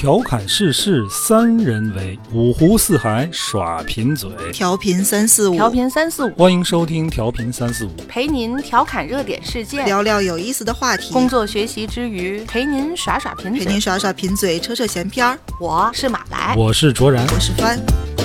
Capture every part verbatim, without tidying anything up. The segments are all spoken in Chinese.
调侃世事三人为，五湖四海耍贫嘴。 调频三四五， 调频三四五， 欢迎收听调频三四五， 陪您调侃热点事件， 聊聊有意思的话题， 工作学习之余陪您耍耍贫嘴， 陪您耍耍贫嘴，扯扯闲篇儿。 我是马来， 我是卓然， 我是帆。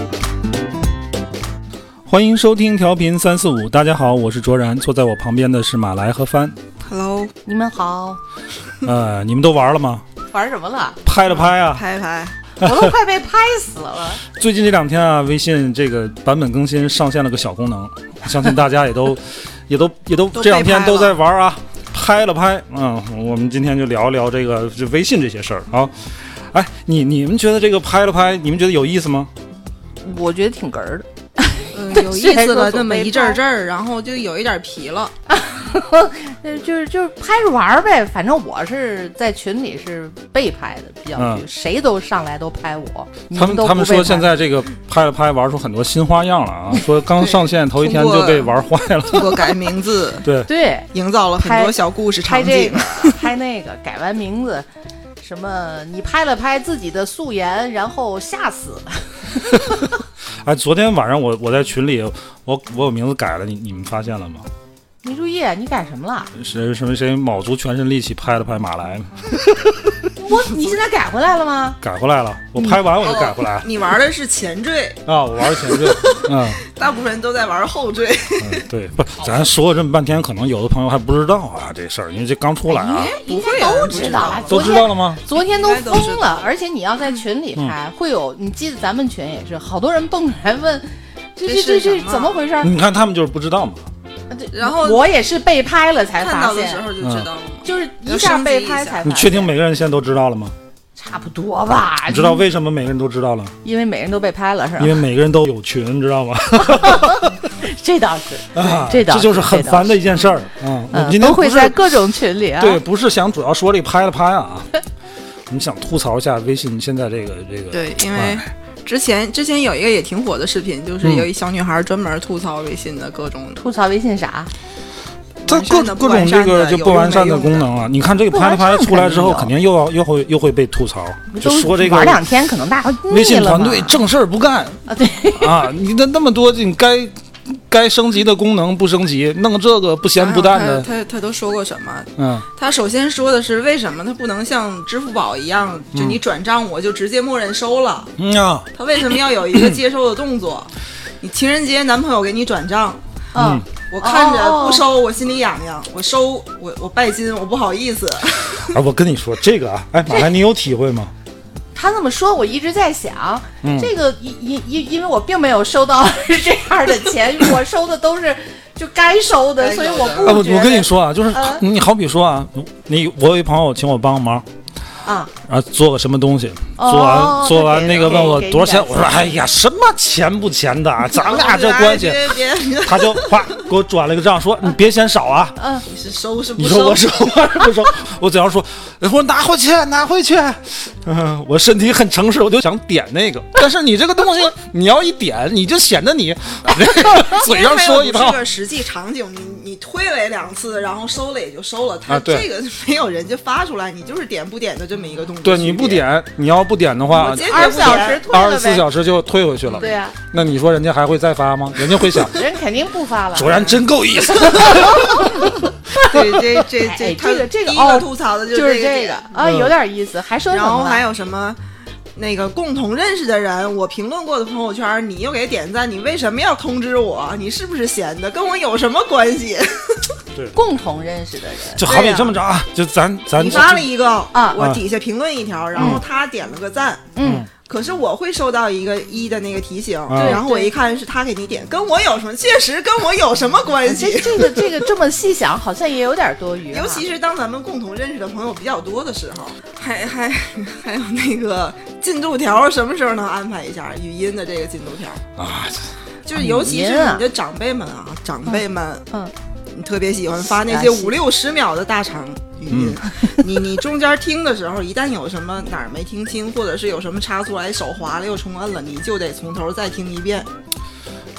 欢迎收听调频三四五，大家好，我是卓然，坐在我旁边的是马来和帆。 Hello， 你们好。 呃，你们都玩了吗？ 玩什么了？ 拍了拍啊， 拍拍， 我都快被拍死了。 最近这两天啊，微信这个版本更新上线了个小功能，相信大家也都也都也都这两天都在玩啊，拍了拍。嗯，我们今天就聊一聊这个就微信这些事儿啊。哎，你你们觉得这个拍了拍，你们觉得有意思吗？ 我觉得挺哏儿的。 嗯，有意思了那么一阵阵儿，然后就有一点疲了。 就是就是拍着玩呗，反正我是在群里是被拍的比较多、嗯，谁都上来都拍我。 他们他们说现在这个拍了拍玩出很多新花样了啊，说刚上线头一天就被玩坏了， 通过改名字， 对对， 营造了很多小故事场景。 拍这个，拍那个，改完名字，什么你拍了拍自己的素颜，然后吓死。 哎，昨天晚上我我在群里，我我有名字改了，你你们发现了吗？ 没注意，你改什么了？ 谁什么谁卯足全身力气拍了拍马来。 我你现在改回来了吗？ 改回来了，我拍完我就改回来了。 哦、你玩的是前缀啊，我玩前缀，嗯， 大部分人都在玩后缀。 嗯，对，不，咱说了这么半天，可能有的朋友还不知道啊这事儿，因为这刚出来啊。 应该都知道了， 都知道了吗？ 昨天都疯了，而且你要在群里拍，嗯、会有，你记得咱们群也是，好多人蹦出来问，这这这这怎么回事？ 你看他们就是不知道嘛。 然后我也是被拍了才发现， 看到的时候就知道了、嗯， 就是一下被拍才发现。 你确定每个人现在都知道了吗？ 差不多吧。 你知道为什么每个人都知道了？ 因为每个人都被拍了，是吧？ 因为每个人都有群，你知道吗？ 这倒是， 啊， 这倒是这就是很烦的一件事儿。嗯， 嗯今天都会在各种群里啊。 对，不是想主要说这拍了拍啊，我们想吐槽一下微信现在这个这个。 对，因为。之前之前有一个也挺火的视频，就是有一小女孩专门吐槽微信的各种、 嗯、吐槽微信啥？ 它各各种这个就不完善的功能啊！你看这个拍了拍出来之后，肯定又要又会又会被吐槽，就说这个玩两天可能大家微信团队正事儿不干啊！对啊，你那那么多你该。该升级的功能不升级，弄这个不咸不淡的。 他 他, 他都说过什么？ 嗯， 他首先说的是为什么他不能像支付宝一样，就你转账我就直接默认收了。 嗯啊， 他为什么要有一个接收的动作？你情人节男朋友给你转账， 嗯， 我看着不收，我心里痒痒；我收，我我拜金，我不好意思。 啊，我跟你说这个啊，哎，马来，你有体会吗？ 他这么说，我一直在想， 嗯、 这个因因因为我并没有收到这样的钱，我收的都是就该收的，所以我不觉得、 啊。我跟你说啊，就是、呃、你好比说啊，你我有一朋友请我帮个忙。 啊， 然后做个什么东西， 哦、 做完做完那个问我多少钱， 我说哎呀，什么钱不钱的，咱俩这关系，他就哗给我转了个账，说你别嫌少啊， 嗯， 你是收是不收？ 你说我收还是不收？我只要说，我拿回去拿回去，嗯，我身体很诚实，我就想点那个，但是你这个东西你要一点，你就显得你嘴上说一套， 这个实际场景，你你推诿两次，然后收了也就收了，他这个没有人家发出来，你就是点不点的这么一个动作。 对，你不点，你要不点的话， 二十四小时退二十四小时就退回去了。 对呀、啊， 那你说人家还会再发吗？人家会想， 人肯定不发了。 卓然真够意思。 对，这这这这个这个第一个吐槽的就是这个啊，有点意思。还说什么？ 然后还有什么？那个共同认识的人，我评论过的朋友圈，你又给点赞，你为什么要通知我？你是不是闲的？跟我有什么关系？ 对， 共同认识的人， 就好比这么着啊，就咱咱你发了一个啊， 我底下评论一条，然后他点了个赞， 嗯。 可是我会收到一个一的那个提醒， 嗯、 然后我一看是他给你点，跟我有什么？确实跟我有什么关系？ 这这个这个这么细想，好像也有点多余、啊。 尤其是当咱们共同认识的朋友比较多的时候，还还还有那个进度条，什么时候能安排一下语音的这个进度条啊？ 就是尤其是你的长辈们啊，啊长辈们， 嗯。嗯你特别喜欢发那些五六十秒的大长语音，嗯、你你中间听的时候，一旦有什么哪儿没听清，或者是有什么插出来手滑了又重摁了，你就得从头再听一遍。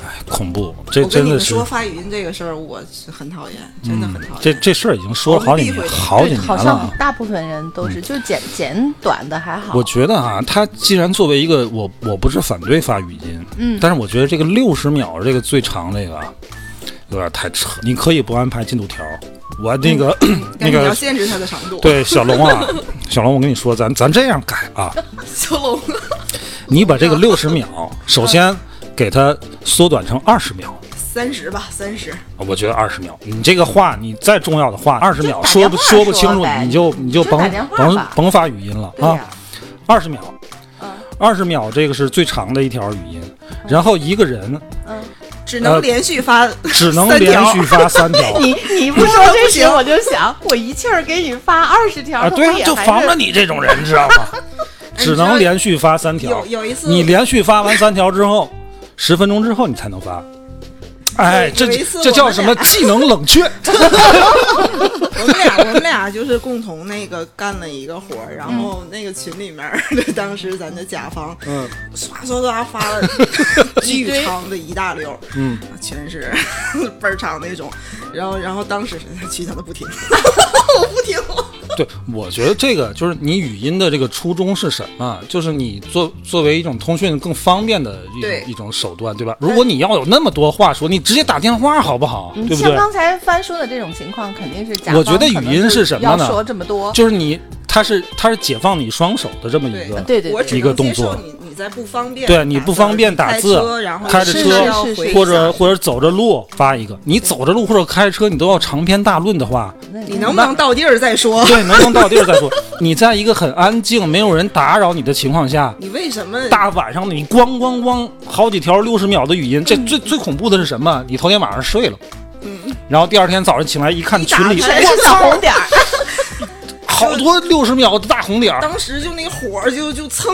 恐怖，这我跟你们真的是说发语音这个事儿，我是很讨厌，真的很讨厌。 嗯、这这事儿已经说了好几年，好几年了。 好像大部分人都是，嗯、就简简短的还好。 我觉得啊，他既然作为一个我我不是反对发语音， 嗯， 但是我觉得这个六十秒这个最长这个有点太扯。你可以不安排进度条，我那个、 嗯、 那个要限制它的长度。 对，小龙啊，小龙，我跟你说，咱咱这样改啊， 小龙， 你把这个六十秒，首先给它缩短成二十秒。 三十吧，三十。 我觉得二十秒，你这个话，你再重要的话，二十秒说不说不清楚，你就你就甭甭甭发语音了啊。二十秒，二十秒，这个是最长的一条语音，然后一个人， 嗯，只能连续发， 只能连续发三条。 你你不说这些，我就想，我一气儿给你发二十条， 啊，对，就防着你这种人，知道吗？只能连续发三条。 有有一次， 你连续发完三条之后，十分钟之后你才能发。哎，这这叫什么技能冷却？ 我们俩我们俩就是共同那个干了一个活儿，然后那个群里面，当时咱的甲方，嗯，刷刷刷发了巨长的一大溜，嗯，全是倍儿长那种，然后然后当时其他的不听，我不听了。 对，我觉得这个就是你语音的这个初衷是什么？就是你作作为一种通讯更方便的一种一种手段，对吧？如果你要有那么多话说，你直接打电话好不好？对不对？ 像刚才帆说的这种情况，肯定是甲方。 我觉得语音是什么呢？ 要说这么多， 就是你，它是它是解放你双手的这么一个对对一个动作。 你你在不方便， 对你不方便打字，开着车或者或者走着路发一个。你走着路或者开车，你都要长篇大论的话， 你能不能到地儿再说？ 对，能不能到地儿再说？你在一个很安静、没有人打扰你的情况下， 你为什么大晚上你咣咣咣好几条六十秒的语音？这最最恐怖的是什么？你头天晚上睡了，嗯，然后第二天早上起来一看群里全是小红点儿， 好多六十秒的大红点儿， 当时就那火就就蹭。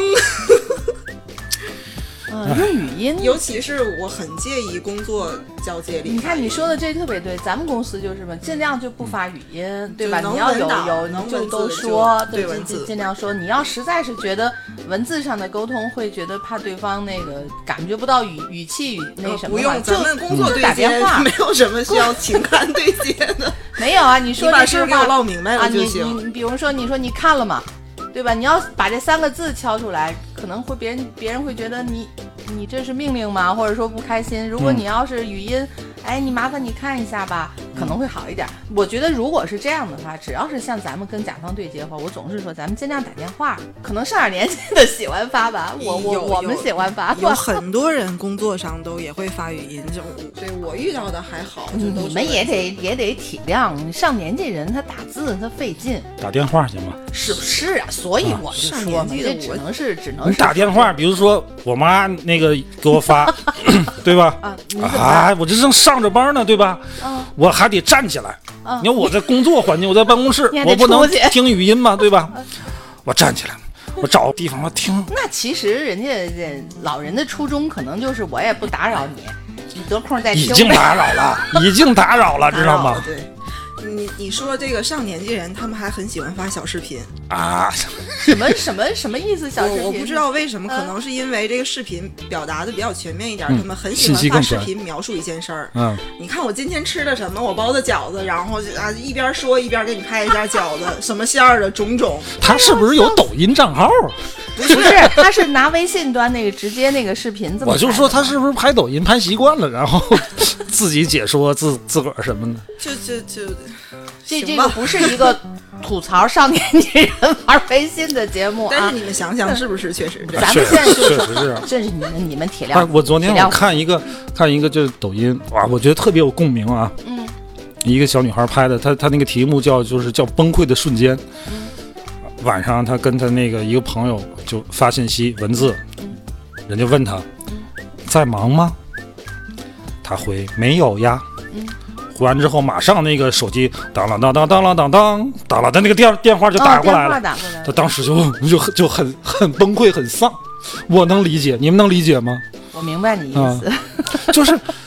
嗯，用语音， 尤其是我很介意工作交接里。 你看你说的这特别对，咱们公司就是嘛，尽量就不发语音，对吧？你要有有你就都说，对，尽尽量说。你要实在是觉得文字上的沟通会觉得怕对方那个感觉不到语语气语那什么， 不用，咱们工作对接没有什么需要情感对接的。 没有啊，你说这事给我唠明白了就行。 你你比如说，你说你看了吗？对吧？你要把这三个字敲出来，可能会别人别人会觉得你你这是命令吗？或者说不开心。如果你要是语音，嗯、哎，你麻烦你看一下吧，可能会好一点。我觉得如果是这样的话，只要是像咱们跟甲方对接的话，我总是说咱们尽量打电话。可能上点年纪的喜欢发吧，我我我们喜欢发。 有很多人工作上都也会发语音，这种对我遇到的还好。 你们也得也得体谅，上年纪人他打字他费劲， 打电话行吗？ 是不是啊？所以我就说嘛，这只能是只能是你打电话，比如说我妈那个给我发，对吧？ 啊， 啊，我这正上着班呢，对吧？ 啊， 我还得站起来。 啊， 你看我在工作环境，我在办公室，我不能听语音嘛，对吧？我站起来，我找个地方我听。 那其实人家这老人的初衷可能就是我也不打扰你，你得空再听。 已经打扰了，已经打扰了，知道吗？ 对。你你说这个上年纪人，他们还很喜欢发小视频啊？ 什么什么什么意思？小视频？ 我不知道为什么，可能是因为这个视频表达的比较全面一点，嗯、他们很喜欢发视频描述一件事儿。嗯，你看我今天吃了什么？我包的饺子，然后啊一边说一边给你拍一下饺子，什么馅儿的种种。 他是不是有抖音账号？ 不是，他是拿微信端那个直接那个视频这么。 我就说他是不是拍抖音拍习惯了，然后自己解说自自个儿什么的。 就就就。 这这个不是一个吐槽上年纪人玩微信的节目啊！ 但是你们想想，是不是确实？ 咱们现在就是确实是， 这是你们你们体谅。 我昨天我看一个看一个就是抖音，哇，我觉得特别有共鸣啊。 嗯。 一个小女孩拍的，她她那个题目叫就是叫崩溃的瞬间。 嗯。 晚上她跟她那个一个朋友就发信息文字， 嗯、 人家问她、嗯、在忙吗？她回没有呀。 嗯。 回完之后，马上那个手机当啷当当当啷当当当了，他那个电电话就打过来了。 哦、 他当时就就就很很崩溃，很丧。我能理解，你们能理解吗？ 我明白你意思， 嗯、就是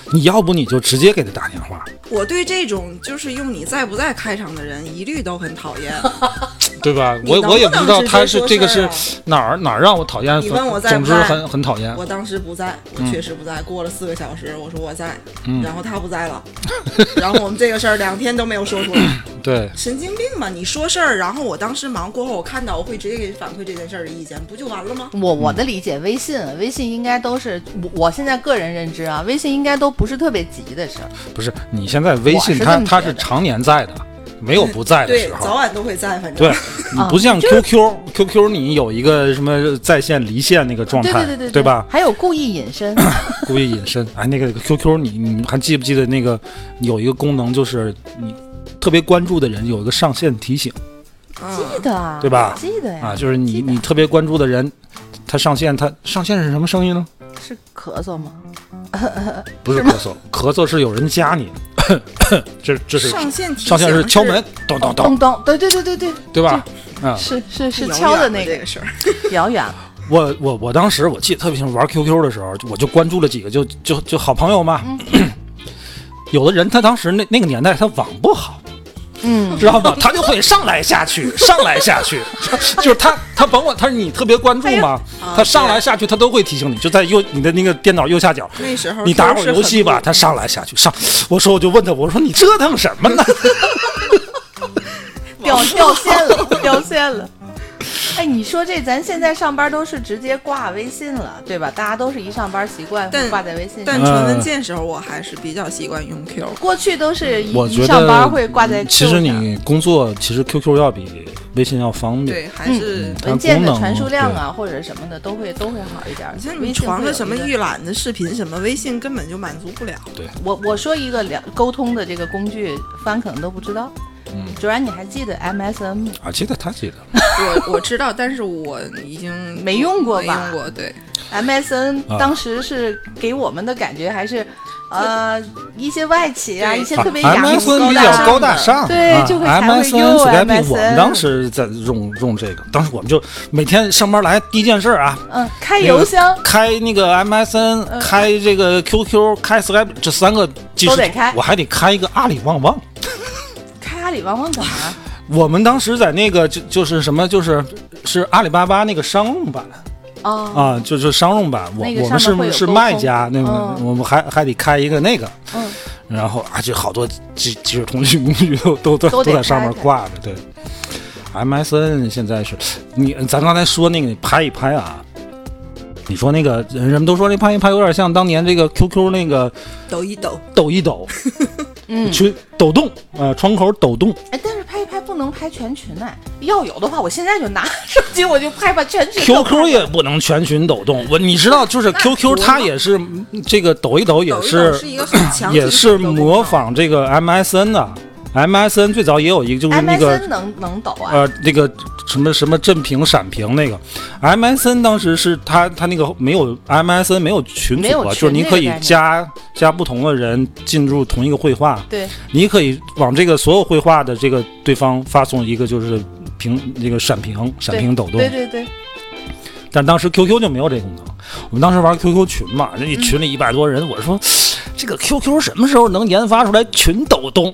你要不你就直接给他打电话。 我对这种就是用你在不在开场的人一律都很讨厌， 对吧？我我也不知道他是这个是哪儿哪儿让我讨厌。 你问我在总之不在， 很很讨厌。 我当时不在，我确实不在。嗯、过了四个小时，我说我在， 嗯、 然后他不在了，然后我们这个事儿两天都没有说出来。 对， 神经病吧！你说事儿，然后我当时忙过后，我看到我会直接给反馈这件事儿的意见，不就完了吗？ 我我的理解，微信微信应该都是我我现在个人认知啊，微信应该都不是特别急的事儿。 不是，你现在微信它它是常年在的。没有不在的时候， 对，早晚都会在，反正对，你不像 Q Q，Q Q 你有一个什么在线离线那个状态， 对对对对， 对吧？ 还有故意隐身， 故意隐身。哎，那个 Q Q 你你还记不记得那个有一个功能，就是你特别关注的人有一个上线提醒， 记得啊， 对吧？ 记得呀， 啊，就是你你特别关注的人，他上线，他上线是什么声音呢？ 是咳嗽吗？ 不是咳嗽，咳嗽是有人加你。这这是上线上线是敲门，咚咚咚咚，对对对对对， 对吧？啊， 是是是敲的那个事儿， 遥远。 我我我当时我记得特别清楚，玩 Q Q 的时候，我就关注了几个就就就好朋友嘛。嗯、有的人他当时那那个年代他网不好。 嗯， 知道吗？他就会上来下去，上来下去，就是他，他甭管他是你特别关注吗？哎、他上来下去，他都会提醒你，就在右你的那个电脑右下角。 那时候你打会儿游戏吧，他上来下去上。我说我就问他，我说你折腾什么呢？ 掉掉线了，掉线了。哎，你说这咱现在上班都是直接挂微信了，对吧？大家都是一上班习惯挂在微信上。 但传文件时候，我还是比较习惯用 Q。 过去都是一一上班会挂在 Q 上。 其实你工作，其实 Q Q 要比微信要方便。 对，还是、 嗯、文件的传输量啊，或者什么的都会都会好一点。 你像你传个什么预览的视频，什么微信根本就满足不了。 对， 我我说一个两沟通的这个工具，帆可能都不知道。嗯，主然你还记得 M S N 吗？ 啊，记得他记得， 我我知道，但是我已经没用过吧？ 没用过，对。 M S N 当时是给我们的感觉还是，啊、呃，一些外企啊，一些特别雅 ，M S N 比较高大上， 对， 啊、 就会才会用 M S N。我们当时在用用这个，当时我们就每天上班来第一件事啊， 嗯，开邮箱， 那个、开那个 M S N，、嗯、开这个 Q Q， 开 Skype， 这三个都得开， 我还得开一个阿里旺旺。 阿里旺旺干嘛？ 我们当时在那个就就是什么，就是是阿里巴巴那个商用版。 哦、 啊，就是商用版，我、 那个、 我们是是卖家，那个、嗯、我们还还得开一个那个， 嗯， 然后啊，就好多即即时通讯工具都都都都在上面挂着，对。M S N 现在是你咱刚才说那个你拍一拍啊，你说那个人们都说那拍一拍有点像当年这个 Q Q 那个抖一抖抖一抖。 嗯， 群抖动，呃，窗口抖动。 哎，但是拍一拍不能拍全群哎，要有的话，我现在就拿手机我就拍把全群。 Q Q 也不能全群抖动，我你知道，就是 Q Q 它也是这个抖一抖也是， 抖一抖是一个很强也是模仿这个 M S N 的。M S N 最早也有一个就是那个 M S N 能能抖啊， 呃，那个什么什么震屏、闪屏那个 M S N 当时是它它那个没有 M S N 没有群组啊，就是你可以加加不同的人进入同一个绘画， 对， 你可以往这个所有绘画的这个对方发送一个就是屏这个闪屏闪屏抖动， 对对对。 但当时 Q Q 就没有这功能，我们当时玩 Q Q 群嘛，人家群里一百多人，我说这个 Q Q 什么时候能研发出来群抖动？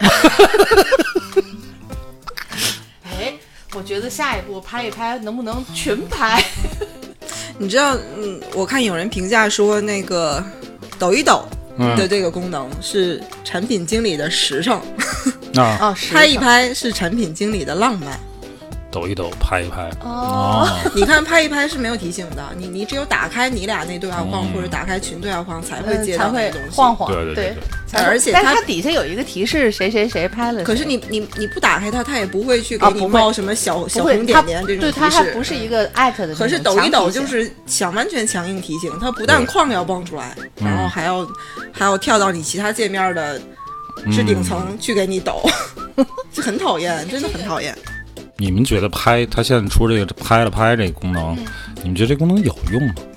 哎，我觉得下一步拍一拍能不能群拍？ 你知道，嗯，我看有人评价说那个抖一抖的这个功能是产品经理的实诚， 啊、 哦， 拍一拍是产品经理的浪漫。 抖一抖，拍一拍。 哦， 你看拍一拍是没有提醒的，你你只有打开你俩那对话框、嗯、或者打开群对话框才会接到那东西， 晃晃， 对对 对, 对。 而且它底下有一个提示，谁谁谁拍了谁。 可是你你你不打开它，它也不会去给你冒什么小、 啊、 小红点点这种提示。 对，它还不是一个艾特的。 可是抖一抖就是想完全强硬提醒，它不但框要蹦出来，然后还要、嗯、还要跳到你其他界面的置顶层去给你抖，这、嗯、很讨厌，真的很讨厌。 你们觉得拍它现在出这个拍了拍这个功能，嗯、你们觉得这功能有用吗？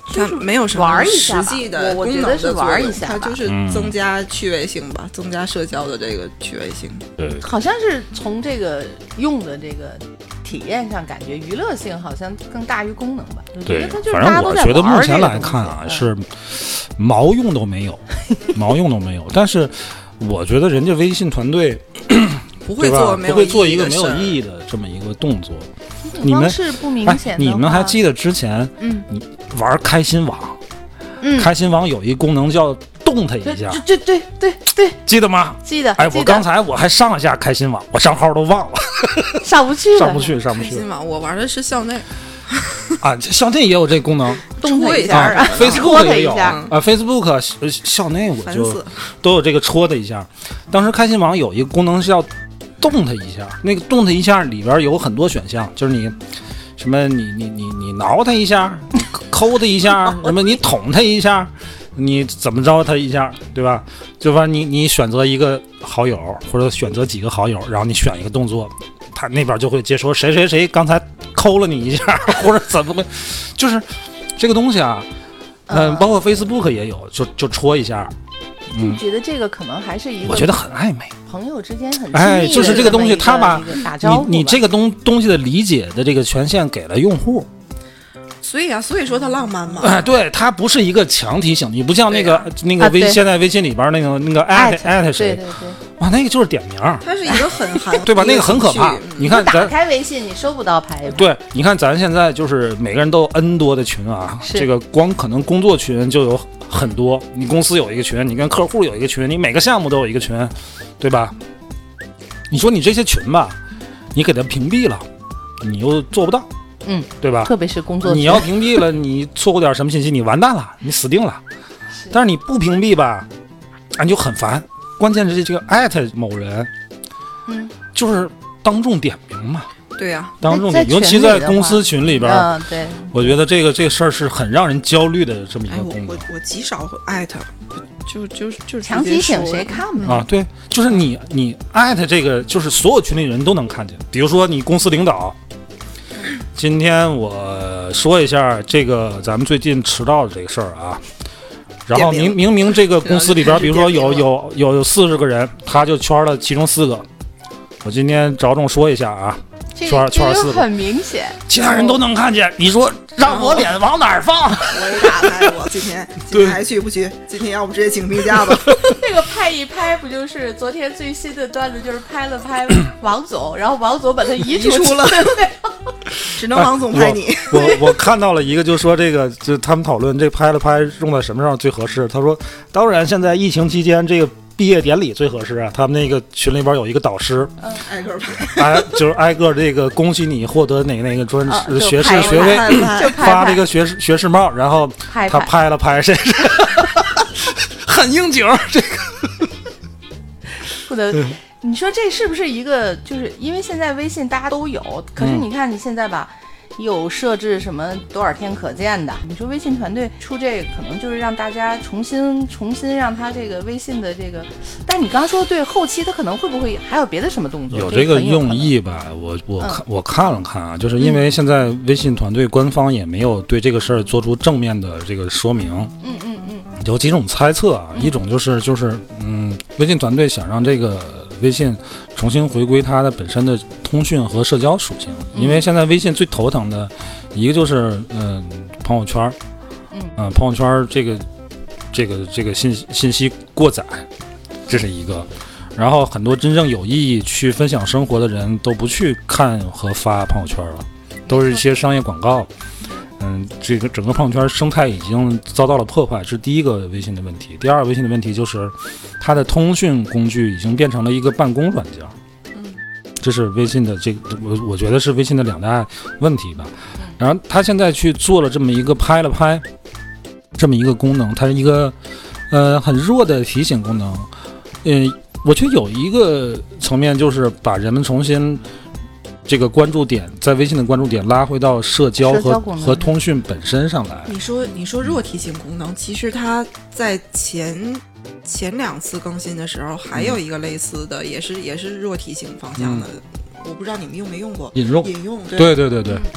它没有什么实际的我功能的作用， 我觉得是玩一下， 它就是增加趣味性吧，嗯、增加社交的这个趣味性。 对， 好像是从这个用的这个体验上，感觉娱乐性好像更大于功能吧。 对，反正我觉得目前来看啊，是毛用都没有，毛用都没有。但是我觉得人家微信团队不会做不会做一个没有意义的这么一个动作。你们是不明显的、 哎，你们还记得之前，嗯，你玩开心网， 嗯， 开心网有一功能叫动它一下， 对对对对对， 记得吗？ 记得。 哎，我刚才我还上了下开心网，我账号都忘了， 上不去， 上不去，上不去。 开心网我玩的是校内。 啊，校内也有这功能， 动它一下啊 ，Facebook 也有啊 ，Facebook 校内我就都有这个戳它一下。当时开心网有一个功能是要动它一下，那个动它一下里边有很多选项，就是你什么你你你你挠它一下，你抠它一下，什么你捅它一下，你怎么着它一下，对吧？就把你你选择一个好友或者选择几个好友，然后你选一个动作，他那边就会接说谁谁谁刚才抠了你一下，或者怎么会，就是这个东西啊，嗯、呃，包括 Facebook 也有，就就戳一下。 嗯，觉得这个可能还是一个， 我觉得很暧昧， 朋友之间很哎，就是这个东西，他把你你这个东东西的理解的这个权限给了用户， 所以啊，所以说它浪漫嘛。 哎，对，它不是一个强提醒，你不像那个、啊、那个微、啊、现在微信里边那个那个艾特艾特谁， 对对对， 哇，那个就是点名， 它是一个很含对吧？那个很可怕。你看， 打开微信你收不到牌。 对，你看咱现在就是每个人都有 N 多的群啊，这个光可能工作群就有很多，你公司有一个群，你跟客户有一个群，你每个项目都有一个群，对吧？你说你这些群吧，你给它屏蔽了，你又做不到。 嗯， 对吧？ 特别是工作， 你要屏蔽了，你错过点什么信息，你完蛋了，你死定了。是但是你不屏蔽吧，啊，你就很烦。关键是这个艾特某人， 嗯， 就是当众点名嘛。 对呀、啊， 当众点，尤其在公司群里边， 嗯，对， 我觉得这个这个事儿是很让人焦虑的这么一个功能。 哎、我我我极少艾特，就就就强提醒谁看嘛？ 啊，对，就是你你艾特这个，就是所有群里人都能看见。比如说你公司领导。今天我说一下这个咱们最近迟到的这个事儿啊，然后明明明这个公司里边，比如说有有有有四十个人，他就圈了其中四个。我今天着重说一下啊，圈圈四个， 很明显， 其他人都能看见。你说让我脸往哪儿放？ 我一打开，我今天今天还去不去？今天要不直接请病假吧？ 这个拍一拍不就是昨天最新的段子，就是拍了拍王总，然后王总把他移出出了。只能王总拍你。 哎、我我, 我看到了一个，就说这个，就他们讨论这拍了拍用在什么上最合适。他说，当然现在疫情期间这个毕业典礼最合适啊。他们那个群里边有一个导师， 嗯、挨个拍， 哎，就是挨个这个恭喜你获得哪个哪个专、 啊、 学士学位，发这个学士学士帽，然后他拍了拍，这是很应景，这个不得。你说这是不是一个，就是因为现在微信大家都有，可是你看你现在吧，你有设置什么多少天可见的，你说微信团队出这个可能就是让大家重新重新让他这个微信的这个，但你刚刚说对，后期他可能会不会还有别的什么动作？ 有这个用意吧，我我看、嗯、我看了看啊，就是因为现在微信团队官方也没有对这个事儿做出正面的这个说明， 嗯嗯嗯， 有几种猜测啊，嗯、一种就是就是嗯，微信团队想让这个微信重新回归它的本身的通讯和社交属性，因为现在微信最头疼的一个就是嗯、呃、朋友圈，嗯、呃、朋友圈这个这个这个信信息过载，这是一个。然后很多真正有意义去分享生活的人都不去看和发朋友圈了，都是一些商业广告。嗯，这个整个朋友圈生态已经遭到了破坏，这是第一个微信的问题。第二个微信的问题就是它的通讯工具已经变成了一个办公软件，嗯，这是微信的这个我我觉得是微信的两大问题吧。然后他现在去做了这么一个拍了拍这么一个功能，它是一个呃很弱的提醒功能。嗯，我觉得有一个层面就是把人们重新这个关注点在微信的关注点拉回到社交和社交和通讯本身上来。 你说你说弱提醒功能，其实它在前前两次更新的时候还有一个类似的，嗯、也是也是弱提醒方向的。嗯、我不知道你们用没用过引用引用对对对对对嗯，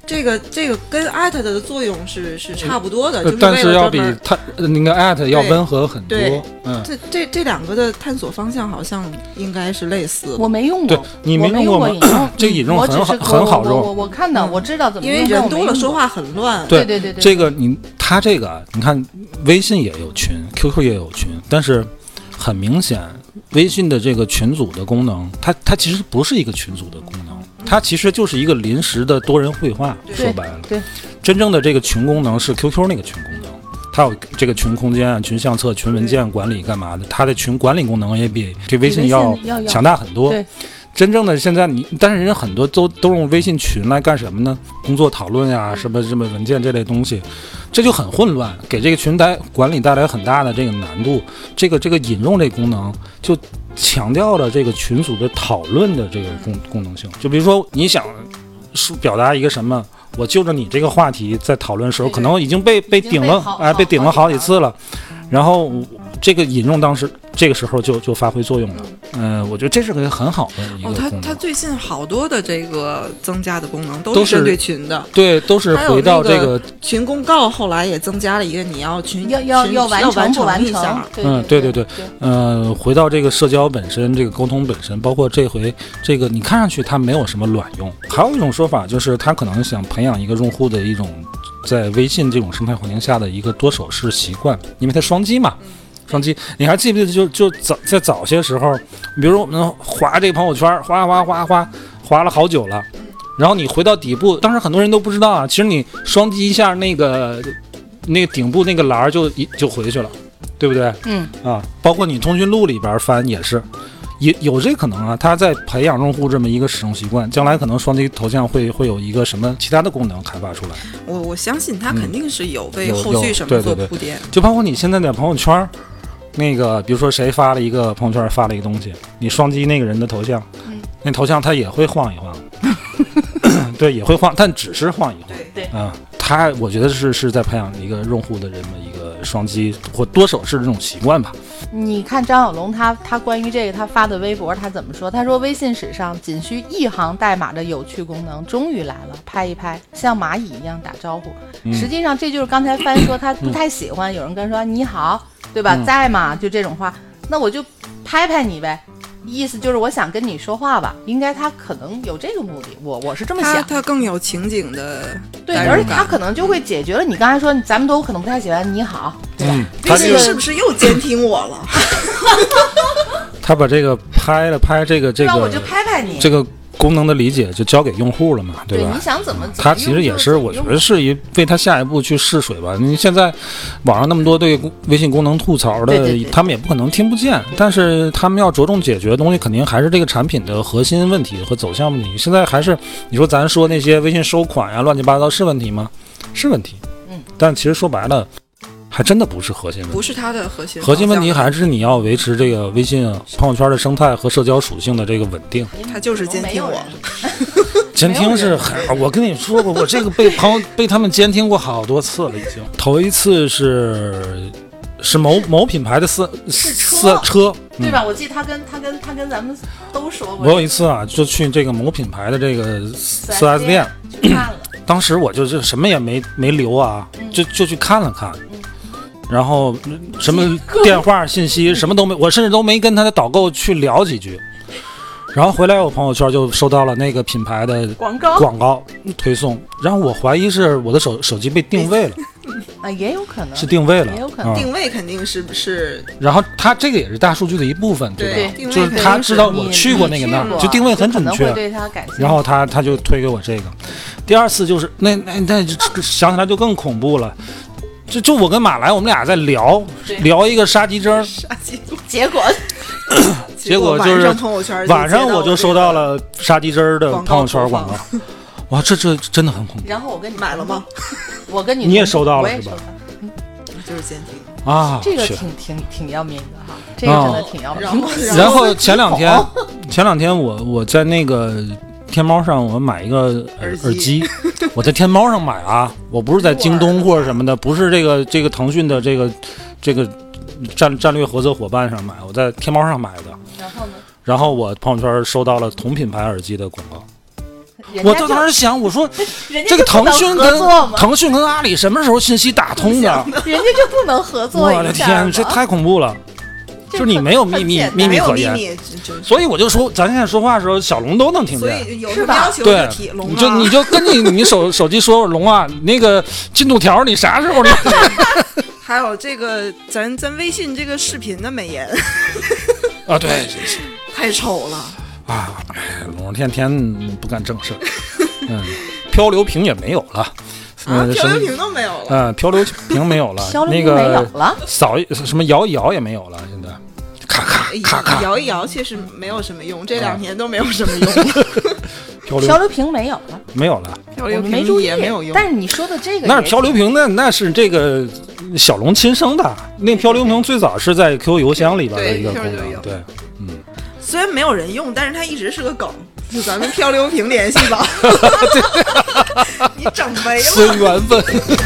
这个这个跟艾特的作用是是差不多的，就是但是要比它那个艾特要温和很多。 对， 嗯， 这这这两个的探索方向好像应该是类似的。 我没用过， 对，你没用过吗？这个引用很好，很好用。 我我看到，我知道怎么用，因为人多了说话很乱。 对对对对， 这个你它这个你看，微信也有群 ，Q Q 也有群，但是很明显，微信的这个群组的功能，它它其实不是一个群组的功能。它其实就是一个临时的多人绘画，说白了， 对， 真正的这个群功能是 Q Q 那个群功能，它有这个群空间、群相册、群文件管理干嘛的，它的群管理功能也比这微信要强大很多。 对， 真正的现在你，但是人很多都都用微信群来干什么呢？工作讨论呀，什么什么文件这类东西，这就很混乱，给这个群带管理带来很大的这个难度。这个这个引用这功能就强调了这个群组的讨论的这个功功能性。就比如说你想表达一个什么，我就着你这个话题在讨论的时候，可能已经被被顶了，哎，被顶了好几次了，然后这个引用当时这个时候就就发挥作用了。嗯、呃，我觉得这是个很好的一个功能。 哦，它它最近好多的这个增加的功能都是针对群的， 对，都是回到这个群公告。后来也增加了一个，你要群要要要完成不完成？ 嗯，对对对，呃，回到这个社交本身，这个沟通本身，包括这回这个，你看上去它没有什么卵用。还有一种说法就是，他可能想培养一个用户的一种在微信这种生态环境下的一个多手势习惯，因为它双击嘛。双击，你还记不记得就就早在早些时候，比如说我们滑这个朋友圈，滑滑滑滑滑了好久了，然后你回到底部，当时很多人都不知道啊，其实你双击一下那个那个顶部那个栏就一就回去了，对不对？ 嗯啊，包括你通讯录里边翻也是。有有这可能啊，他在培养用户这么一个使用习惯，将来可能双击头像会会有一个什么其他的功能开发出来。 我我相信他肯定是有为后续什么做铺垫、 嗯、就包括你现在的朋友圈，那个比如说谁发了一个朋友圈发了一个东西，你双击那个人的头像，嗯、那头像它也会晃一晃，对，也会晃，但只是晃一晃。 对对啊，他我觉得是是在培养一个用户的这么一个双击或多手势的这种习惯吧。 你看张小龙他他关于这个他发的微博他怎么说？他说微信史上仅需一行代码的有趣功能终于来了，拍一拍像蚂蚁一样打招呼、嗯、实际上这就是刚才帆说他不太喜欢、嗯、有人跟说你好对吧、嗯、在吗就这种话，那我就拍拍你呗，意思就是我想跟你说话吧，应该他可能有这个目的，我我是这么想， 他他更有情景的， 对，而且他可能就会解决了你刚才说咱们都可能不太喜欢你好，对吧？ 嗯、 微信是不是又监听我了？ 他把这个拍了拍这个这个， 我就拍拍你这个功能的理解就交给用户了嘛，对吧？ 对，你想怎么？ 他其实也是，我觉得是一为他下一步去试水吧。你现在网上那么多对微信功能吐槽的， 对对对， 他们也不可能听不见。但是他们要着重解决的东西，肯定还是这个产品的核心问题和走向问题。现在还是你说咱说那些微信收款呀、乱七八糟是问题吗？是问题。 嗯。 但其实说白了。还真的不是核心问题， 不是它的核心。 核心问题还是你要维持这个微信朋友圈的生态和社交属性的这个稳定。 它就是监听我， 监听是很，我跟你说过，我这个被朋友被他们监听过好多次了，已经。头一次是是某某品牌的私私车， 对吧？嗯、我记得他跟他跟他跟咱们都说过。 我有一次啊，就去这个某品牌的这个四 S 店去看了， 当时我就什么也没没留啊，就就去看了看。然后什么电话信息什么都没，我甚至都没跟他的导购去聊几句。然后回来我朋友圈就收到了那个品牌的广告广告推送，然后我怀疑是我的手手机被定位了。 啊，也有可能是定位了， 也有可能、 嗯、定位肯定是是。 然后他这个也是大数据的一部分， 对吧？对，就是他知道我去过那个那儿，就定位很准确。 对他感然后他他就推给我这个。第二次就是那那那想起来就更恐怖了。就就我跟马来，我们俩在聊聊一个杀鸡针， 结果结果就是晚上我就收到了杀鸡针的朋友圈广告，哇，这这真的很恐怖。 然后我跟你买了吗？ 我跟你你也收到了是吧？ 嗯，就是监听啊， 这个挺挺挺要命的哈，这个真的挺要命。 啊、然后前两天前两天我我在那个。天猫上我买一个耳耳机，我在天猫上买啊，我不是在京东或者什么的，不是这个这个腾讯的这个这个战战略合作伙伴上买，我在天猫上买的。 然后呢？ 然后我朋友圈收到了同品牌耳机的广告， 我在当时想，我说这个腾讯跟腾讯跟阿里什么时候信息打通的？ 人家就不能合作一下？ 我的天，这太恐怖了！就是你没有秘密秘密可言，所以我就说，咱现在说话的时候，小龙都能听见。 所以有什么要求就提龙啊， 你就你就跟你你手手机说龙啊，那个进度条你啥时候你？ 还有这个咱咱微信这个视频的美颜啊，对， 太丑了啊！龙天天不干正事，嗯，漂流瓶也没有了。 啊，漂流瓶都没有了。 嗯，漂流瓶没有了，那个扫什么摇一摇也没有了，现在咔咔咔咔摇一摇确实没有什么用，这两年都没有什么用。 漂流漂流瓶没有了， 没有了， 漂流瓶也没有用。 但是你说的这个， 那是漂流瓶，那那是这个小龙亲生的。那漂流瓶最早是在 Q Q 邮箱里边的一个功能，对，嗯。 虽然没有人用，但是它一直是个梗。就咱们漂流瓶联系吧，你整没了， 是缘分。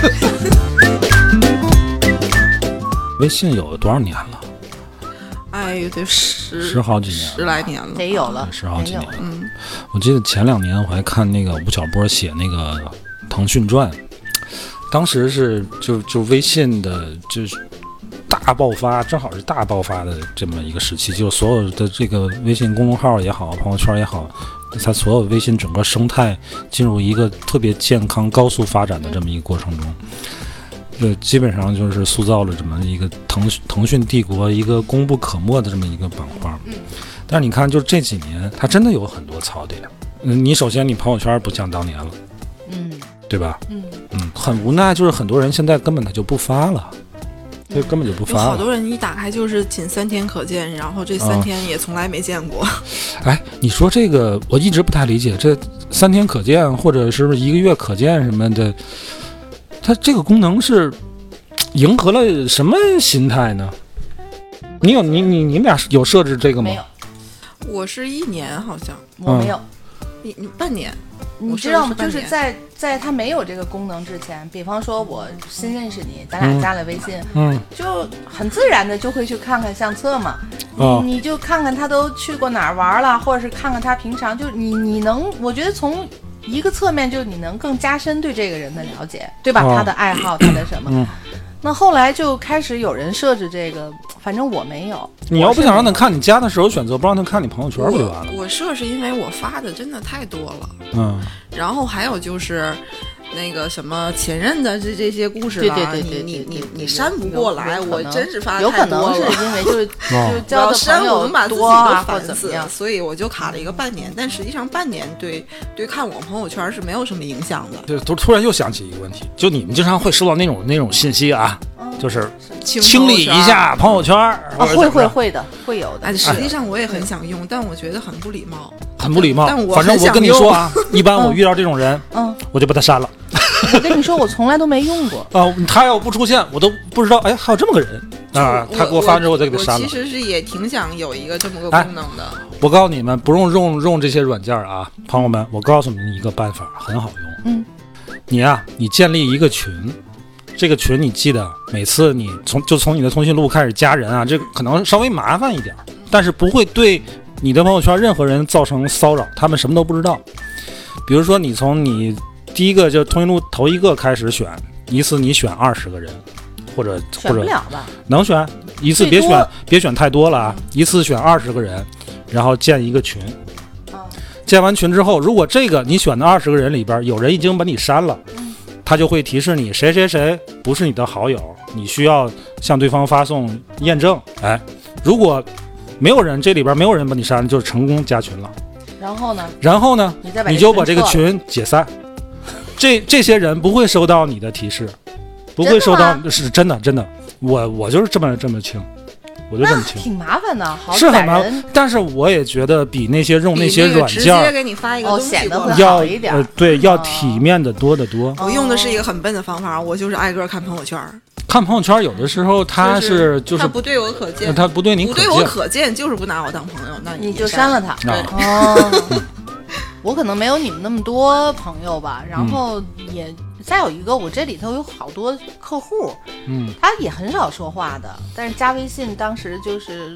微信有多少年了？ 哎，得十十好几年， 十来年了， 得有了， 十好几年。 嗯， 我记得前两年我还看那个吴晓波写那个《腾讯传》，当时是就就微信的就是大爆发，正好是大爆发的这么一个时期，就所有的这个微信公众号也好，朋友圈也好，它所有微信整个生态进入一个特别健康、高速发展的这么一个过程中，呃，基本上就是塑造了这么一个腾腾讯帝国一个功不可没的这么一个板块。嗯，但是你看，就这几年，它真的有很多槽点。嗯，你首先你朋友圈不像当年了， 嗯， 对吧？ 嗯嗯，很无奈，就是很多人现在根本他就不发了。这根本就不发了， 有好多人一打开就是仅三天可见，然后这三天也从来没见过。 啊、哎，你说这个我一直不太理解，这三天可见或者是一个月可见什么的，它这个功能是迎合了什么心态呢？你有你你你们俩有设置这个吗？ 没有， 我是一年好像， 我没有， 你、嗯、你半年。 你知道吗？就是在在它没有这个功能之前，比方说我新认识你，咱俩加了微信， 嗯， 就很自然的就会去看看相册嘛， 哦、 你你就看看他都去过哪儿玩了，或者是看看他平常就你你能，我觉得从一个侧面就你能更加深对这个人的了解，对吧？ 哦、 他的爱好，他的什么。 嗯， 那后来就开始有人设置这个，反正我没有。 你要不想让他看你加的时候选择不让他看你朋友圈不就完了？ 我, 我设是因为我发的真的太多了， 嗯， 然后还有就是那个什么前任的这这些故事吧， 对对对对， 你你你你删不过来，我真是发的太多了。有可能是因为就是就交的朋友多啊，或者怎么样， 所以我就卡了一个半年。但实际上半年对对看我朋友圈是没有什么影响的。 对，突突然又想起一个问题，就你们经常会收到那种那种信息啊。就是清理一下朋友圈， 啊、会会会的，会有的。 哎，实际上我也很想用，但我觉得很不礼貌， 很不礼貌。 但我反正我跟你说啊，一般我遇到这种人，嗯，我就把他删了。 我跟你说，我从来都没用过啊。他要不出现，我都不知道，哎，还有这么个人啊。他给我发之后，我再给他删了。 我其实是也挺想有一个这么个功能的。 哎、我告诉你们，不用用用这些软件啊，朋友们，我告诉你们一个办法，很好用。 嗯， 你啊，你建立一个群。这个群你记得每次你从就从你的通讯录开始加人啊，这个可能稍微麻烦一点，但是不会对你的朋友圈任何人造成骚扰，他们什么都不知道。比如说你从你第一个就通讯录头一个开始选，一次你选二十个人，或者选不了吧？ 能选一次，别选别选太多了啊！一次选二十个人，然后建一个群。建完群之后，如果这个你选的二十个人里边有人已经把你删了。他就会提示你谁谁谁不是你的好友，你需要向对方发送验证。哎，如果没有人，这里边没有人把你删，就是成功加群了。 然后呢？ 然后呢？ 你再把你就把这个群解散。这这些人不会收到你的提示，不会收到，是真的真的。我我就是这么这么清。我就这么清， 挺麻烦的，好是很麻烦。但是我也觉得比那些用那些软件直接给你发一个东西显得会要好一点、 呃，对，要体面的多得多。 我用的是一个很笨的方法，我就是挨个看朋友圈。 看朋友圈有的时候他是就是他不对我可见， 他不对你不对我可见，就是不拿我当朋友，那你就删了他。 对哦，我可能没有你们那么多朋友吧，然后也。嗯再有一个，我这里头有好多客户， 嗯， 他也很少说话的，但是加微信当时就是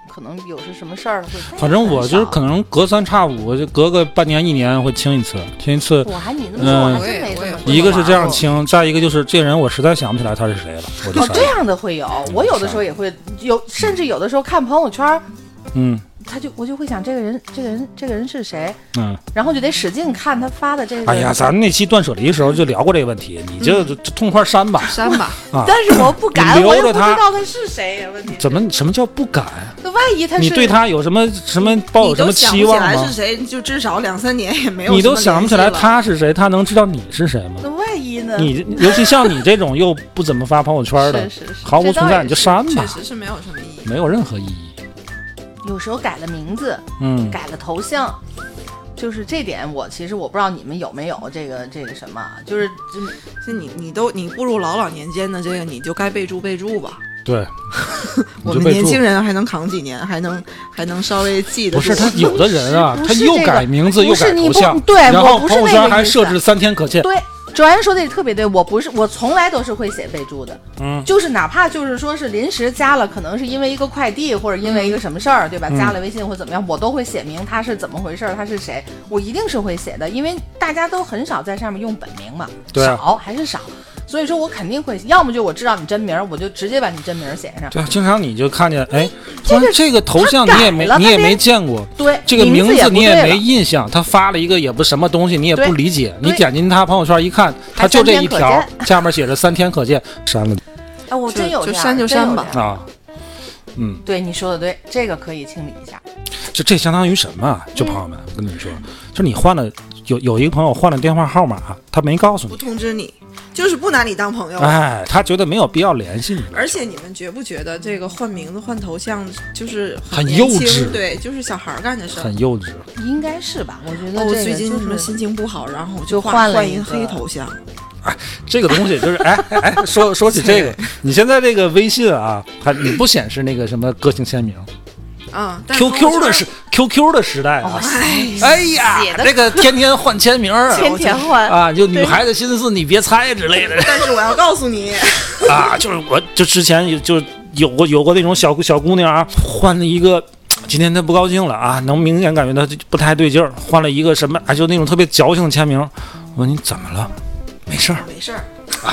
可能有是什么事儿会。 反正我就是可能隔三差五，就隔个半年一年会清一次，清一次。 我还你那么说，嗯、我还真没这么。 一个是这样清，再一个就是这人我实在想不起来他是谁了，我就哦这样的会有，我有的时候也会有，甚至有的时候看朋友圈，嗯。他就我就会想这个人这个人这个人是谁，嗯，然后就得使劲看他发的这个。 哎呀，咱们那期断舍离的时候就聊过这个问题，你就、嗯、痛快删吧， 删吧。 啊！ 但是我不敢，我也不知道他是谁呀。问题怎么什么叫不敢？ 那万一他是你对他有什么什么抱有什么期望吗？ 你都想不起来是谁，就至少两三年也没有。 你都想不起来他是谁，他能知道你是谁吗？ 那万一呢？ 你尤其像你这种又不怎么发朋友圈的， 是是是毫无存在，你就删吧。 确实是没有什么意义， 没有任何意义。 有时候改了名字， 嗯， 改了头像，就是这点我其实我不知道你们有没有这个这个什么，就是就你你都你步入老老年间的这个，你就该备注备注吧。 对， 我们年轻人还能扛几年，还能还能稍微记得住。 不是他有的人啊，他又改名字又改头像， 对， 然后朋友圈还设置三天可见。 对。卓然说的也特别对，我不是我从来都是会写备注的，嗯，就是哪怕就是说是临时加了，可能是因为一个快递或者因为一个什么事儿，对吧？加了微信或怎么样，我都会写明他是怎么回事，他是谁，我一定是会写的，因为大家都很少在上面用本名嘛， 对啊、 少还是少。所以说我肯定会，要么就我知道你真名，我就直接把你真名写上。 对，经常你就看见，哎，这个这个头像你也没你也没见过， 对， 这个名字你也没印象，他发了一个也不什么东西，你也不理解，你点进他朋友圈一看，他就这一条，下面写着三天可见，删了。 哎，我真有这样， 就删就删吧啊。嗯， 对你说的对，这个可以清理一下。 就这相当于什么？就朋友们，我跟你们说，就你换了有有一个朋友换了电话号码，他没告诉你， 不通知你。就是不拿你当朋友， 哎，他觉得没有必要联系你。 而且你们觉不觉得这个换名字换头像就是很幼稚？ 对，就是小孩干的事儿， 很幼稚。 应该是吧？我觉得、 哦、 我最近什么心情不好，然后就换了一个黑头像。 哎，这个东西就是哎哎哎，说说起这个，你现在这个微信啊，它你不显示那个什么个性签名。 啊、 嗯、，Q Q 的时 Q Q 的时代啊， 哦、 哎呀，这个天天换签名， 天天换啊，就女孩子心思你别猜之类的。 但是我要告诉你啊，就是我就之前就有过有过那种小小姑娘啊，换了一个，今天她不高兴了啊，能明显感觉她不太对劲儿，换了一个什么，哎，就那种特别矫情的签名。我说你怎么了？没事儿， 没事儿。 啊、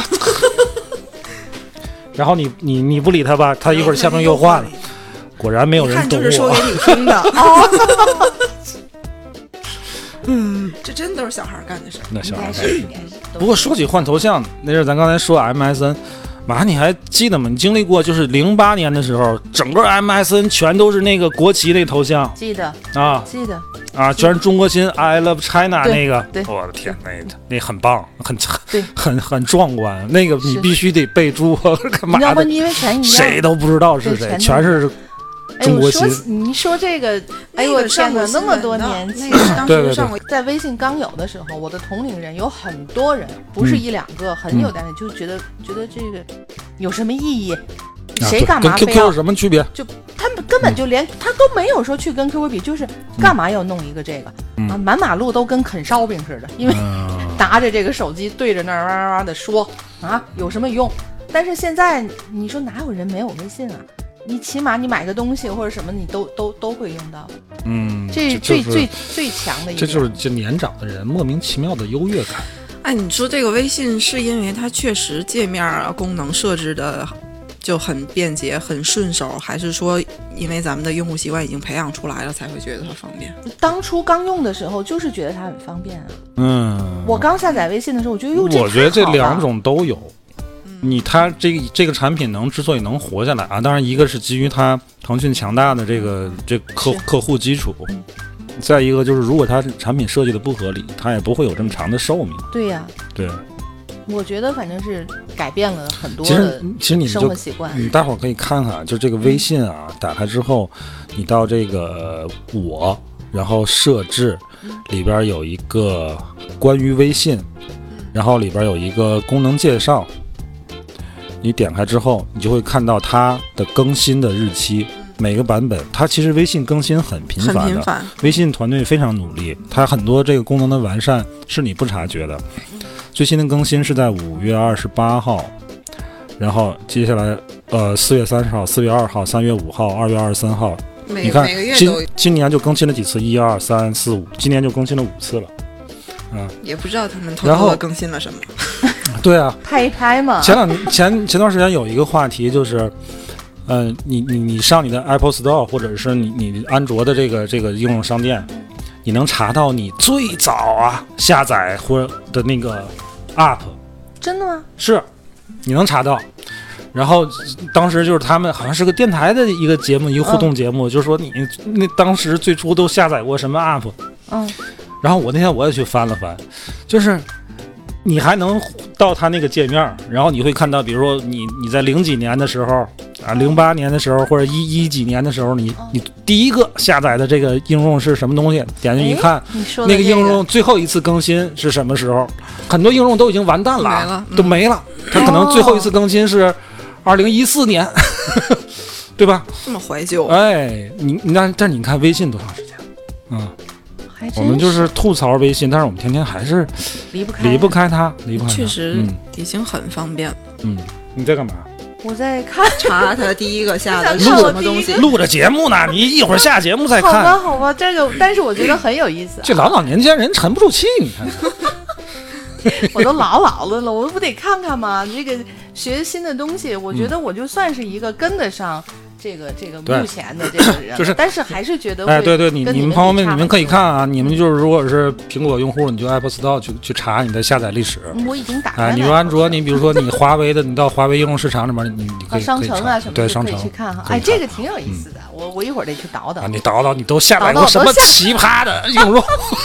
然后你你你不理她吧，她一会儿签名又换了。果然没有人懂我， 就是说给你听的。哦、嗯，这真都是小孩干的事儿。 那小孩干的。不过说起换头像，那阵咱刚才说 M S N， 马你还记得吗？你经历过就是零八年的时候，整个 M S N 全都是那个国旗那个头像。 记得啊， 记得啊，全是中国心 ，I love China 那个。 对， 我的天，那那很棒，很很很很壮观。那个你必须得备注，干嘛的？ 要不因为全一样， 谁都不知道是谁，全是。中国心， 哎、你说这个，哎呦我天哪，那么多年前， 那个、当时上过， 在微信刚有的时候，我的同龄人有很多人，不是一两个，嗯、很有点就觉得、嗯、觉得这个有什么意义？谁干嘛跟 Q Q 有什么区别？ 就他们根本就连、嗯、他都没有说去跟 Q Q 比，就是干嘛要弄一个这个、嗯、啊？满马路都跟啃烧饼似的，因为拿着这个手机对着那儿哇哇哇的说啊，有什么用？但是现在你说哪有人没有微信啊？你起码你买个东西或者什么，你都都都会用到。 嗯， 这是最、就是、最最强的一个。 这就是这年长的人莫名其妙的优越感。 哎，你说这个微信是因为它确实界面啊功能设置的就很便捷、很顺手，还是说因为咱们的用户习惯已经培养出来了，才会觉得它方便？ 当初刚用的时候，就是觉得它很方便啊。 嗯， 我刚下载微信的时候，我觉得哟， 我觉得这两种都有。你它这个这个产品能之所以能活下来啊，当然一个是基于它腾讯强大的这个这客客户基础，再一个就是如果它产品设计的不合理，它也不会有这么长的寿命。 对呀、 啊，对。 我觉得反正是改变了很多的其实你生活习惯。 你大伙儿可以看看，就这个微信啊，打开之后，你到这个我，然后设置里边有一个关于微信，然后里边有一个功能介绍。你点开之后，你就会看到它的更新的日期，每个版本。它其实微信更新很频繁的， 很频繁。 微信团队非常努力，它很多这个功能的完善是你不察觉的。最新的更新是在五月二十八号，然后接下来呃四月三十号、四月二号、三月五号、二月二十三号， 你看今今年就更新了几次，一二三四五，今年就更新了五次了。嗯， 也不知道他们偷偷的更新了什么。 对啊， 拍一拍嘛。 前两前前段时间有一个话题就是，呃，你你你上你的 Apple Store 或者是你你安卓的这个这个应用商店，你能查到你最早啊下载或者的那个 App。 真的吗？ 是，你能查到。然后当时就是他们好像是个电台的一个节目，一个互动节目，嗯、就是说你那当时最初都下载过什么 App。 嗯。 然后我那天我也去翻了翻，就是你还能到他那个界面，然后你会看到，比如说你你在零几年的时候啊，零八年的时候或者一一几年的时候，你你第一个下载的这个应用是什么东西？点进去一看，那个应用最后一次更新是什么时候？很多应用都已经完蛋了， 没了都没了。它可能最后一次更新是二零一四年，对吧？ 这么怀旧？ 哎，你你那但你看微信多长时间？嗯。我们就是吐槽微信，但是我们天天还是离不开离不开它，离不开它。 确实已经很方便了。 嗯，你在干嘛？ 我在看查他第一个下的是什么东西， 录着节目呢。你一会儿下节目再看。 好吧，好吧，这个但是我觉得很有意思、啊。 这老老年间人沉不住气，你看。 我都老老的了，我不得看看吗？这个学新的东西，我觉得我就算是一个跟得上。这个这个目前的这个人， 就是， 但是还是觉得哎，对对，你你们朋友们，你们可以看啊，你们就是如果是苹果用户，你就 Apple Store 去去查你的下载历史。 我已经打开了。 哎，你说安卓，你比如说你华为的，你到华为应用市场里面，你你可以商城啊什么对商城可以去看哈。哎，这个挺有意思的，我我一会儿得去倒倒。 你倒倒，你都下载过什么奇葩的应用？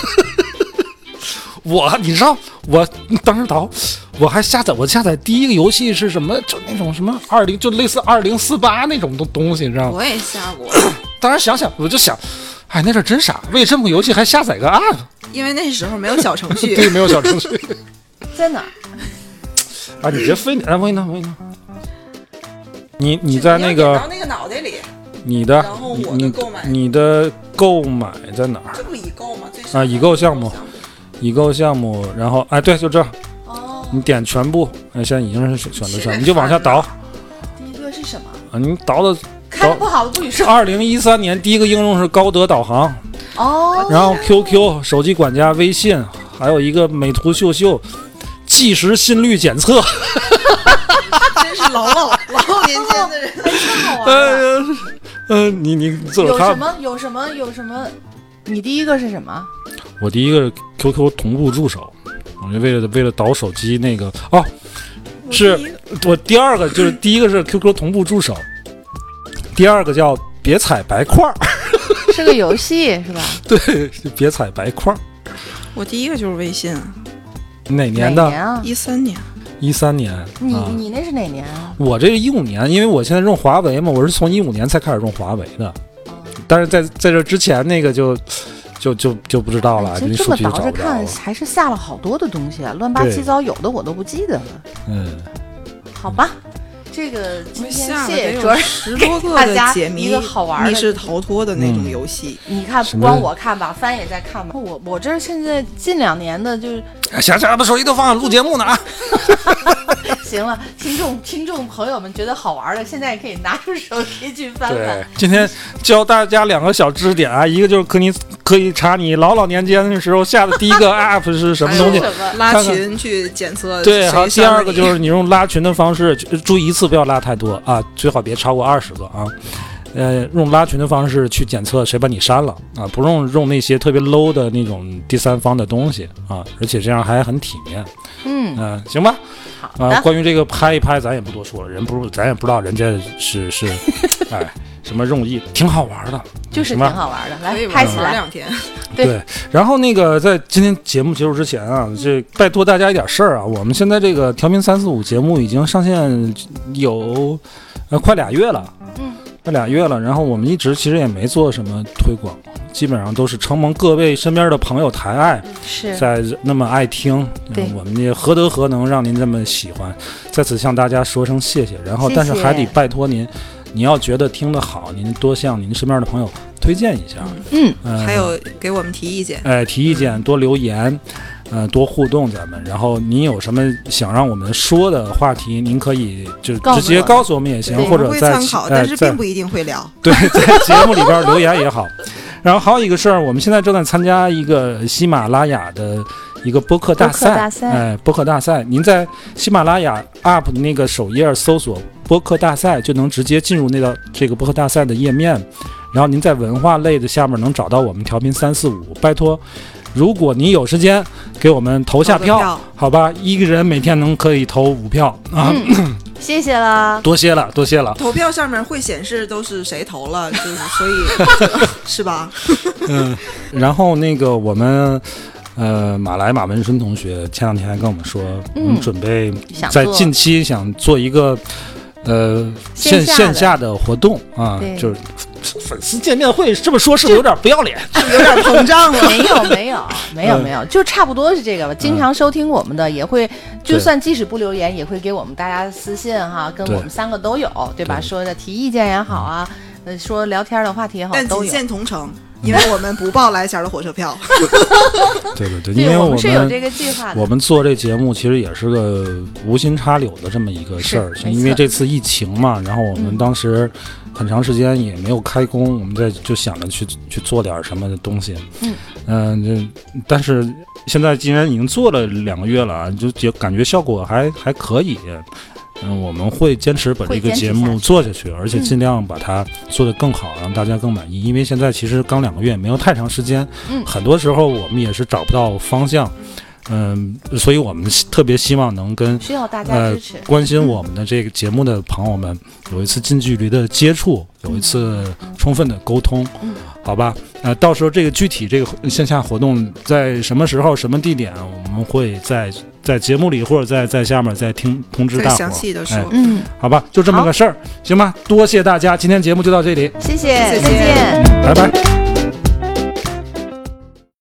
我你知道我当时倒，我还下载我下载第一个游戏是什么？就那种什么二零，就类似二零四八那种东东西，你知道吗？ 我也下过。 当时想想，我就想，哎，那阵真傻，为这么个游戏还下载个 app？ 因为那时候没有小程序。 对，没有小程序。 在哪？ 啊，你这非得，我给你拿，我给你拿。你你在那个到那个脑袋里。 你的， 然后我的购买， 你的购买在哪儿？ 这不已购吗？最啊，已购项目。已购项目，然后哎，对，就这， 哦， 你点全部，哎，现在已经是选择全，你就往下倒。 第一个是什么？ 啊，你倒的， 看的不好的不许说。 二零一三年第一个应用是高德导航， 哦， 然后 Q Q 手机管家、微信，还有一个美图秀秀，计时心率检测。 真是老老老年间的人， 太好玩了。 哎呀，嗯、呃，你你自有什么有什么有什么？你第一个是什么？ 我第一个 Q Q 同步助手，我就为了为了导手机那个哦，是我第二个就是第一个是 Q Q 同步助手，第二个叫别踩白块儿， 是个游戏是吧？ 对，别踩白块儿。 我第一个就是微信， 哪年的？ 哪年啊？ 一三年。 一三年。 你、 啊、 你那是哪年啊？ 我这是一五年，因为我现在用华为嘛，我是从一五年才开始用华为的，但是在在这之前那个就。就就就不知道了， 其实这么倒着看，还是下了好多的东西，乱八七糟，有的我都不记得了。 嗯， 好吧，这个今天谢谢卓儿十多个的解密， 一个好玩的密室逃脱的那种游戏。 嗯、你看，不光我看吧，帆也在看吧。我我这现在近两年的就是， 想想把手机都放录节目呢啊。 行了，听众听众朋友们觉得好玩的，现在也可以拿出手机去翻翻。 今天教大家两个小知识点啊，一个就是可你可以查你老老年间的时候下的第一个 app 是什么东西， 拉群去检测。 对，还有第二个就是你用拉群的方式，注意一次不要拉太多啊，最好别超过二十个啊。呃，用拉群的方式去检测谁把你删了啊，不用用那些特别 low 的那种第三方的东西啊，而且这样还很体面。 嗯， 呃，行吧。啊，关于这个拍一拍，咱也不多说了，人不，咱也不知道人家是是，哎，什么用意，挺好玩的， 就是挺好玩的，来拍起来两天。 对, 对，然后那个在今天节目结束之前啊，这拜托大家一点事儿啊，我们现在这个调频三四五节目已经上线有呃快俩月了， 嗯， 快俩月了，然后我们一直其实也没做什么推广。基本上都是承蒙各位身边的朋友抬爱， 是在那么爱听， 对， 我们也何德何能让您这么喜欢，在此向大家说声谢谢。然后， 谢谢， 但是还得拜托您，你要觉得听得好，您多向您身边的朋友推荐一下， 嗯， 呃、 还有给我们提意见， 哎，提意见，多留言。 呃，多互动咱们。然后您有什么想让我们说的话题，您可以就直接告诉我们也行，或者在参考，但是并不一定会聊。 对，在节目里边留言也好。然后还有一个事儿，我们现在正在参加一个喜马拉雅的一个播客大赛，哎，播客大赛，您在喜马拉雅 U P 的那个首页搜索播客大赛，就能直接进入那个这个播客大赛的页面。然后您在文化类的下面能找到我们调频三四五，拜托，如果你有时间给我们投下票， 票好吧，一个人每天能可以投五票啊。 嗯谢谢了， 多谢了，多谢了。 投票上面会显示都是谁投了，就是所以是吧？ 嗯，然后那个我们呃马来马文顺同学前两天还跟我们说， 嗯、 我们准备在近期想做一个呃线线下的活动啊，就是粉丝见面会。这么说是不是有点不要脸？ 有点膨胀了？ 没有没有没有没有，就差不多是这个吧。经常收听我们的也会，就算即使不留言，也会给我们大家私信哈，跟我们三个都有，对吧？说的提意见也好啊，呃，说聊天的话题也好， 但仅限同城。因为我们不报来钱的火车票。 对对对，因为我们是有这个计划的。 我们做这节目其实也是个无心插柳的这么一个事儿，因为这次疫情嘛，然后我们当时很长时间也没有开工，我们在就想着去去做点什么的东西。嗯嗯、呃，但是现在既然已经做了两个月了，就觉感觉效果还还可以。嗯，我们会坚持把这个节目做下去，而且尽量把它做得更好，让大家更满意。因为现在其实刚两个月，没有太长时间， 嗯， 很多时候我们也是找不到方向，嗯，所以我们特别希望能跟需要大家支持、 呃、关心我们的这个节目的朋友们有一次近距离的接触，有一次充分的沟通， 嗯， 好吧？呃，到时候这个具体这个线下活动在什么时候、什么地点，我们会在。在节目里或者在在下面再听通知大伙， 详细的说， 哎， 嗯， 好吧，就这么个事儿，行吧？多谢大家，今天节目就到这里， 谢谢， 再见， 拜拜。